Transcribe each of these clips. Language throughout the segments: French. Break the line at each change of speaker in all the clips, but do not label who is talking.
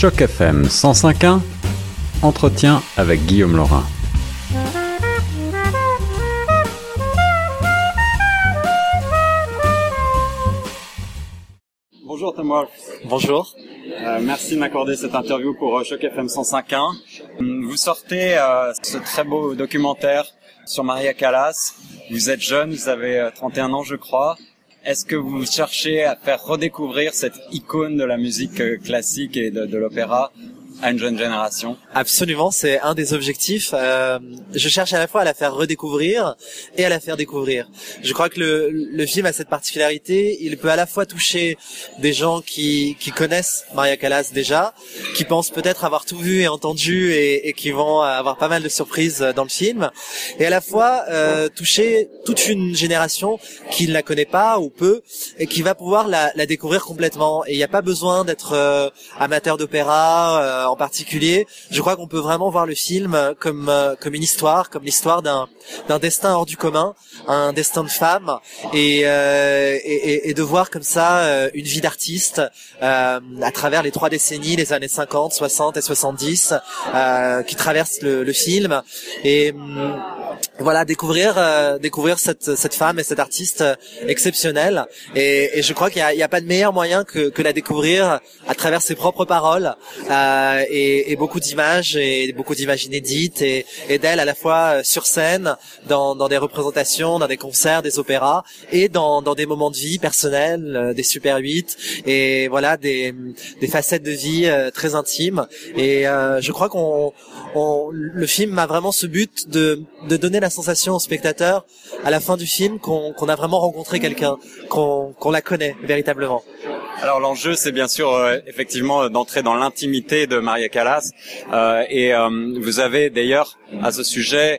Choc FM 105.1, entretien avec Guillaume Laurin. Bonjour Tom Wolf.
Bonjour.
Merci de m'accorder cette interview pour Choc FM 105.1. Vous sortez ce très beau documentaire sur Maria Callas. Vous êtes jeune, vous avez 31 ans je crois. Est-ce que vous cherchez à faire redécouvrir cette icône de la musique classique et de l'opéra à une jeune génération?
Absolument, c'est un des objectifs. Je cherche à la fois à la faire redécouvrir et à la faire découvrir. Je crois que le film a cette particularité, il peut à la fois toucher des gens qui connaissent Maria Callas déjà, qui pensent peut-être avoir tout vu et entendu et qui vont avoir pas mal de surprises dans le film, et à la fois toucher toute une génération qui ne la connaît pas ou peu et qui va pouvoir la découvrir complètement. Et il n'y a pas besoin d'être amateur d'opéra en particulier. Je crois qu'on peut vraiment voir le film comme une histoire, comme l'histoire d'un destin hors du commun, un destin de femme, et de voir comme ça une vie d'artiste à travers les 3 décennies, les années 50, 60 et 70 qui traversent le film, et voilà, découvrir cette femme et cet artiste exceptionnel. Et je crois qu'il y a pas de meilleur moyen que la découvrir à travers ses propres paroles et beaucoup d'images et beaucoup d'images inédites et d'elle à la fois sur scène, dans des représentations, dans des concerts, des opéras, et dans des moments de vie personnels, des Super 8, et voilà, des facettes de vie très intimes. Et je crois le film a vraiment ce but de donner la sensation au spectateur à la fin du film qu'on a vraiment rencontré quelqu'un, qu'on la connaît véritablement.
Alors l'enjeu, c'est bien sûr effectivement d'entrer dans l'intimité de Maria Callas, et vous avez d'ailleurs à ce sujet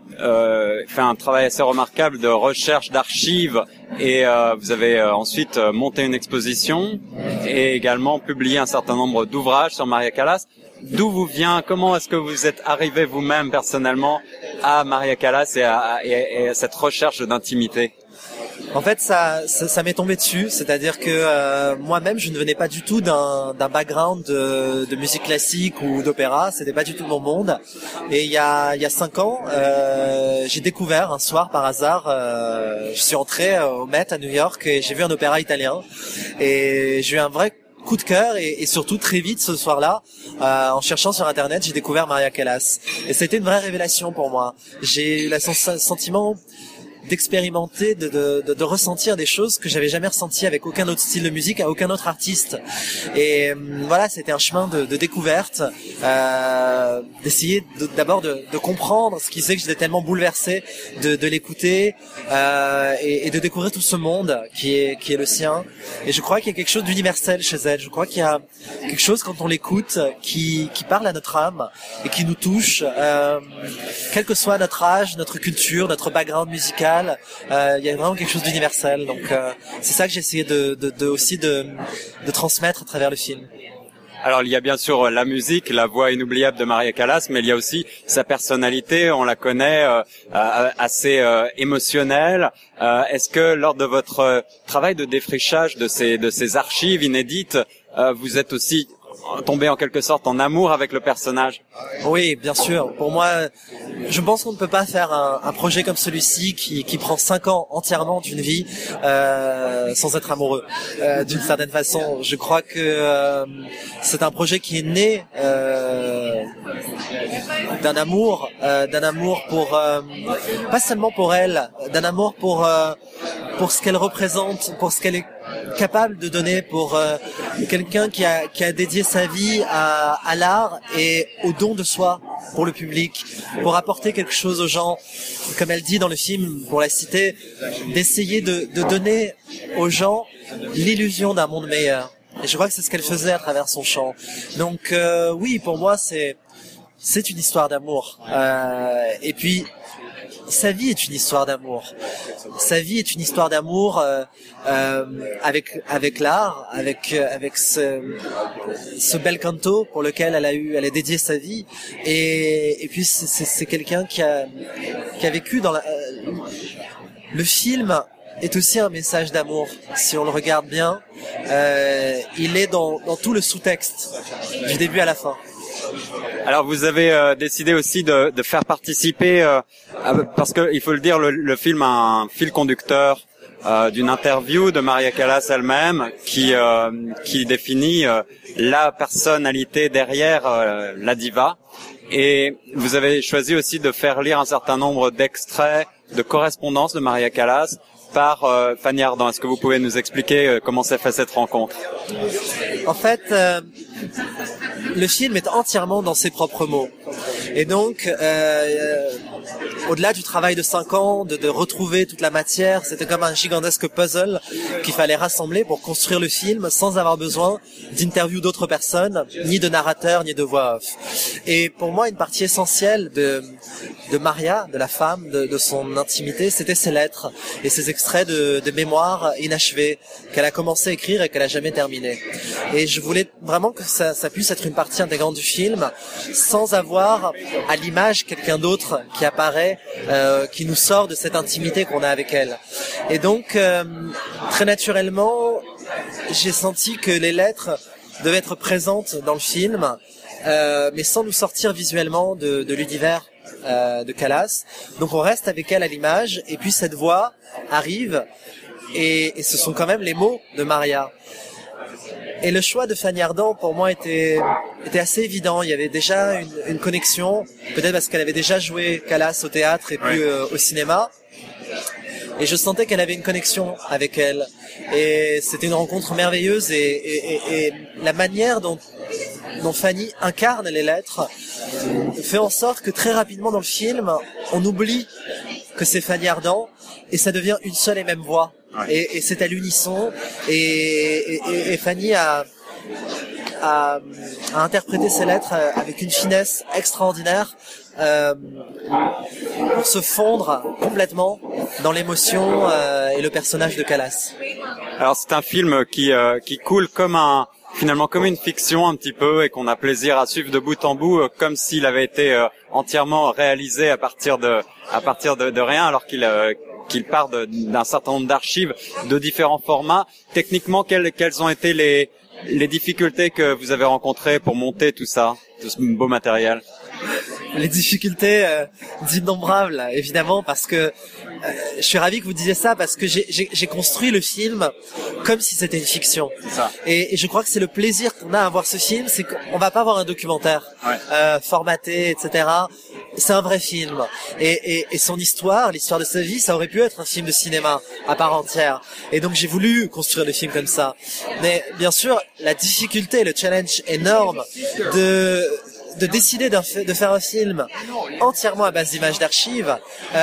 fait un travail assez remarquable de recherche d'archives, et vous avez ensuite monté une exposition et également publié un certain nombre d'ouvrages sur Maria Callas. D'où vous vient, comment est-ce que vous êtes arrivé vous-même personnellement à Maria Callas et à cette recherche d'intimité?
En fait, ça m'est tombé dessus, c'est-à-dire que moi-même, je ne venais pas du tout d'un background de musique classique ou d'opéra, c'était pas du tout mon monde. Et il y a 5 ans, j'ai découvert un soir par hasard, je suis entré au Met à New York et j'ai vu un opéra italien, et j'ai eu un vrai coup de cœur, et surtout très vite ce soir-là, en cherchant sur internet, j'ai découvert Maria Callas, et c'était une vraie révélation pour moi. J'ai eu le sentiment d'expérimenter, de ressentir des choses que j'avais jamais ressenties avec aucun autre style de musique, à aucun autre artiste. Et voilà, c'était un chemin de découverte, d'essayer d'abord de comprendre ce qui faisait que j'étais tellement bouleversé de l'écouter, et de découvrir tout ce monde qui est le sien. Et je crois qu'il y a quelque chose d'universel chez elle. Je crois qu'il y a quelque chose quand on l'écoute qui parle à notre âme et qui nous touche, quel que soit notre âge, notre culture, notre background musical. Il y a vraiment quelque chose d'universel, donc c'est ça que j'ai essayé aussi de transmettre à travers le film.
Alors il y a bien sûr la musique, la voix inoubliable de Maria Callas, mais il y a aussi sa personnalité, on la connaît, assez émotionnelle. Est-ce que lors de votre travail de défrichage de ces archives inédites, vous êtes aussi tombé en quelque sorte en amour avec le personnage?
Oui, bien sûr. Pour moi, je pense qu'on ne peut pas faire un projet comme celui-ci qui prend 5 ans entièrement d'une vie sans être amoureux. D'une certaine façon, je crois que c'est un projet qui est né d'un amour pour pas seulement pour elle, d'un amour pour ce qu'elle représente, pour ce qu'elle est capable de donner, pour quelqu'un qui a dédié sa vie à l'art et au don de soi pour le public, pour apporter quelque chose aux gens, comme elle dit dans le film, pour la citer, d'essayer de donner aux gens l'illusion d'un monde meilleur. Et je crois que c'est ce qu'elle faisait à travers son chant. Donc oui, pour moi c'est une histoire d'amour. Et puis sa vie est une histoire d'amour. Sa vie est une histoire d'amour avec l'art, avec ce bel canto pour lequel elle a dédié sa vie. Et puis c'est quelqu'un qui a vécu dans le film est aussi un message d'amour. Si on le regarde bien, il est dans tout le sous-texte, du début à la fin.
Alors vous avez décidé aussi de faire participer, parce que il faut le dire, le film a un fil conducteur d'une interview de Maria Callas elle-même qui définit la personnalité derrière la diva. Et vous avez choisi aussi de faire lire un certain nombre d'extraits de correspondances de Maria Callas par Fanny Ardant. Est-ce que vous pouvez nous expliquer comment s'est fait cette rencontre?
En fait, le film est entièrement dans ses propres mots. Et donc, au-delà du travail de 5 ans, de retrouver toute la matière, c'était comme un gigantesque puzzle qu'il fallait rassembler pour construire le film sans avoir besoin d'interviews d'autres personnes, ni de narrateurs, ni de voix off. Et pour moi, une partie essentielle de Maria, de la femme, de son intimité, c'était ses lettres et ses extraits de mémoires inachevés qu'elle a commencé à écrire et qu'elle a jamais terminé. Et je voulais vraiment que ça puisse être une partie intégrante du film, sans avoir à l'image quelqu'un d'autre qui apparaît, qui nous sort de cette intimité qu'on a avec elle. Et donc, très naturellement, j'ai senti que les lettres devaient être présentes dans le film, mais sans nous sortir visuellement de l'univers de Callas. Donc on reste avec elle à l'image, et puis cette voix arrive, et ce sont quand même les mots de Maria. Et le choix de Fanny Ardant, pour moi, était assez évident. Il y avait déjà une connexion, peut-être parce qu'elle avait déjà joué Callas au théâtre et puis au cinéma. Et je sentais qu'elle avait une connexion avec elle. Et c'était une rencontre merveilleuse, et la manière dont Fanny incarne les lettres fait en sorte que très rapidement dans le film, on oublie que c'est Fanny Ardant, et ça devient une seule et même voix. Et c'est à l'unisson, et Fanny a interprété ces lettres avec une finesse extraordinaire, pour se fondre complètement dans l'émotion et le personnage de Callas.
Alors c'est un film qui coule finalement comme une fiction un petit peu, et qu'on a plaisir à suivre de bout en bout, comme s'il avait été entièrement réalisé à partir de rien, alors qu'il part d'un certain nombre d'archives de différents formats. Techniquement, quelles ont été les difficultés que vous avez rencontrées pour monter tout ça, tout ce beau matériel?
Les difficultés d'innombrables, évidemment, parce que je suis ravi que vous disiez ça, parce que j'ai construit le film comme si c'était une fiction.
C'est ça.
Et je crois que c'est le plaisir qu'on a à voir ce film, c'est qu'on va pas voir un documentaire formaté, etc. C'est un vrai film. Et son histoire, l'histoire de sa vie, ça aurait pu être un film de cinéma à part entière. Et donc j'ai voulu construire le film comme ça. Mais bien sûr, la difficulté, le challenge énorme de décider de faire un film entièrement à base d'images d'archives,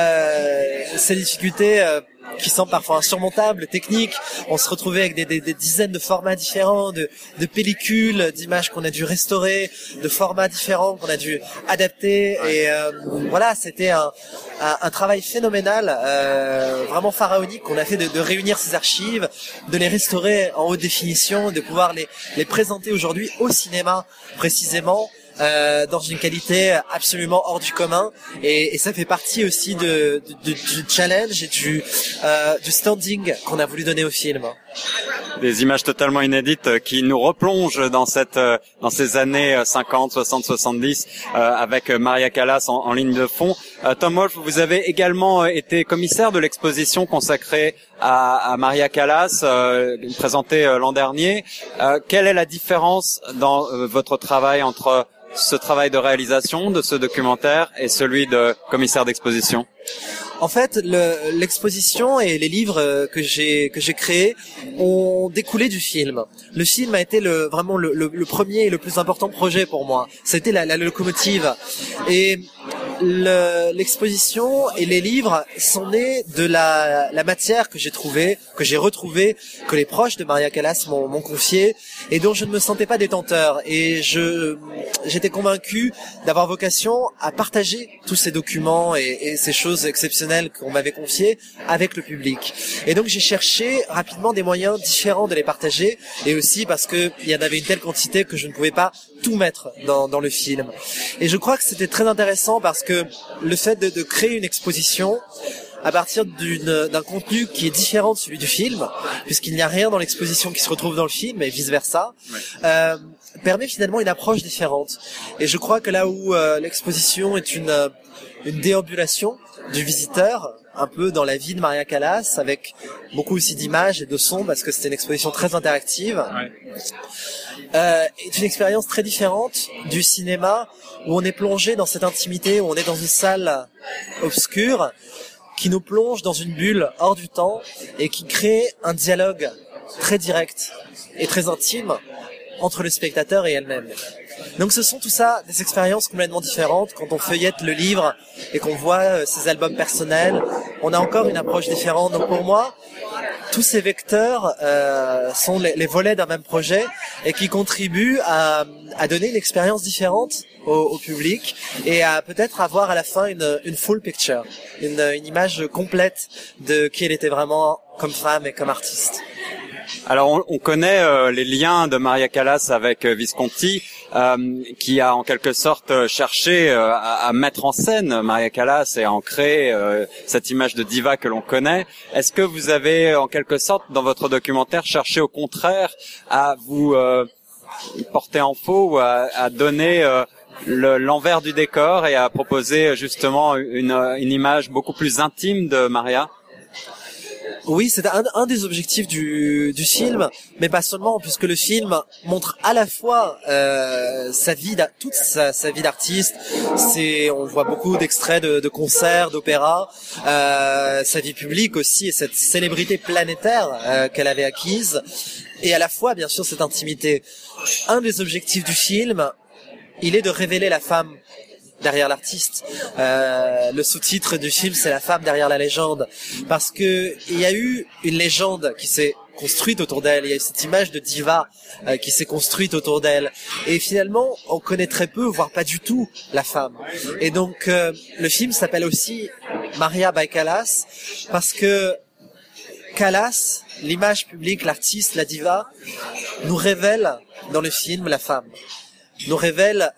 ces difficultés qui sont parfois insurmontables, techniques. On se retrouvait avec des dizaines de formats différents, de pellicules, d'images qu'on a dû restaurer, de formats différents qu'on a dû adapter. Et voilà, c'était un travail phénoménal, vraiment pharaonique, qu'on a fait de réunir ces archives, de les restaurer en haute définition, de pouvoir les présenter aujourd'hui au cinéma précisément. Dans une qualité absolument hors du commun, et ça fait partie aussi du challenge et du standing qu'on a voulu donner au film.
Des images totalement inédites qui nous replongent dans ces années 50, 60, 70 avec Maria Callas en ligne de fond. Tom Wolfe, vous avez également été commissaire de l'exposition consacrée à Maria Callas, présentée l'an dernier. Quelle est la différence dans votre travail entre ce travail de réalisation de ce documentaire et celui de commissaire d'exposition?
En fait, l'exposition et les livres que j'ai créés ont découlé du film. Le film a été vraiment le premier et le plus important projet pour moi. C'était la locomotive. Et l'exposition et les livres sont nés de la matière que j'ai trouvée, que j'ai retrouvée, que les proches de Maria Callas m'ont confiée, et dont je ne me sentais pas détenteur. Et j'étais convaincu d'avoir vocation à partager tous ces documents et ces choses exceptionnelles qu'on m'avait confiées avec le public. Et donc j'ai cherché rapidement des moyens différents de les partager, et aussi parce que il y en avait une telle quantité que je ne pouvais pas tout mettre dans le film. Et je crois que c'était très intéressant parce que le fait de créer une exposition à partir d'un contenu qui est différent de celui du film, puisqu'il n'y a rien dans l'exposition qui se retrouve dans le film et vice versa, permet finalement une approche différente. Et je crois que là où l'exposition est une déambulation du visiteur, un peu dans la vie de Maria Callas, avec beaucoup aussi d'images et de sons, parce que c'était une exposition très interactive, est une expérience très différente du cinéma, où on est plongé dans cette intimité, où on est dans une salle obscure, qui nous plonge dans une bulle hors du temps, et qui crée un dialogue très direct et très intime entre le spectateur et elle-même. Donc ce sont tout ça des expériences complètement différentes. Quand on feuillette le livre et qu'on voit ses albums personnels, on a encore une approche différente. Donc pour moi, tous ces vecteurs sont les volets d'un même projet et qui contribuent à donner une expérience différente au public et à peut-être avoir à la fin une full picture, une image complète de qui elle était vraiment comme femme et comme artiste.
Alors on connaît les liens de Maria Callas avec Visconti, qui a en quelque sorte cherché à mettre en scène Maria Callas et à en créer cette image de diva que l'on connaît. Est-ce que vous avez en quelque sorte dans votre documentaire cherché au contraire à vous porter en faux ou à donner l'envers du décor et à proposer justement une image beaucoup plus intime de Maria?
Oui, c'est un des objectifs du film, mais pas seulement, puisque le film montre à la fois sa vie, toute sa vie d'artiste. On voit beaucoup d'extraits de concerts, d'opéras, sa vie publique aussi, et cette célébrité planétaire qu'elle avait acquise, et à la fois, bien sûr, cette intimité. Un des objectifs du film, il est de révéler la femme derrière l'artiste. Le sous-titre du film, c'est la femme derrière la légende, parce que il y a eu une légende qui s'est construite autour d'elle. Il y a eu cette image de diva qui s'est construite autour d'elle. Et finalement, on connaît très peu, voire pas du tout, la femme. Et donc, le film s'appelle aussi Maria by Callas, parce que Callas, l'image publique, l'artiste, la diva, nous révèle dans le film la femme. Nous révèle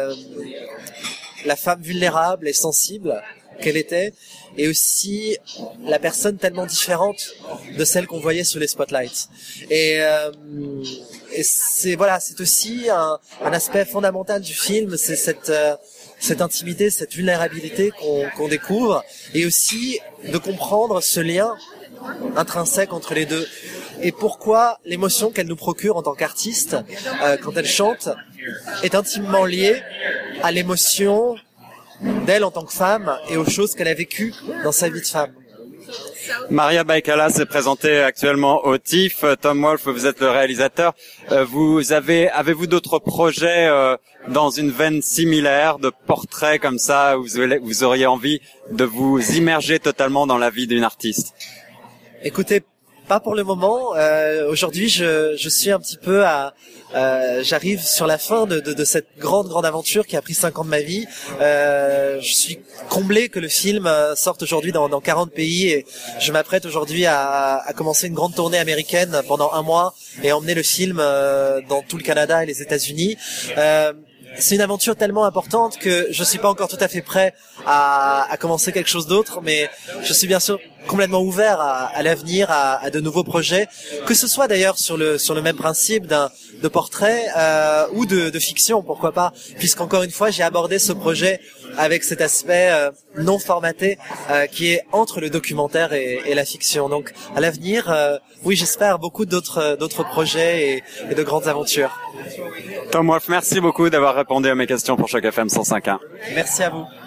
la femme vulnérable et sensible qu'elle était, et aussi la personne tellement différente de celle qu'on voyait sous les spotlights. Et c'est aussi un aspect fondamental du film, c'est cette intimité, cette vulnérabilité qu'on découvre, et aussi de comprendre ce lien intrinsèque entre les deux. Et pourquoi l'émotion qu'elle nous procure en tant qu'artiste, quand elle chante, est intimement liée à l'émotion d'elle en tant que femme et aux choses qu'elle a vécues dans sa vie de femme.
Maria by Callas est présentée actuellement au TIFF. Tom Wolfe, vous êtes le réalisateur. Avez-vous d'autres projets dans une veine similaire de portraits comme ça où vous auriez envie de vous immerger totalement dans la vie d'une artiste?
Écoutez, pas pour le moment. Aujourd'hui, je suis un petit peu j'arrive sur la fin de cette grande aventure qui a pris 5 ans de ma vie. Je suis comblé que le film sorte aujourd'hui dans 40 pays, et je m'apprête aujourd'hui à commencer une grande tournée américaine pendant 1 mois et emmener le film dans tout le Canada et les États-Unis. C'est une aventure tellement importante que je suis pas encore tout à fait prêt à commencer quelque chose d'autre, mais je suis bien sûr complètement ouvert à l'avenir, à de nouveaux projets, que ce soit d'ailleurs sur le même principe de portrait ou de fiction, pourquoi pas, puisqu'encore une fois j'ai abordé ce projet avec cet aspect non formaté qui est entre le documentaire et la fiction. Donc à l'avenir, oui, j'espère beaucoup d'autres projets et de grandes aventures.
Tom Wolfe, merci beaucoup d'avoir répondu à mes questions pour Choc FM 105.1.
Merci à vous.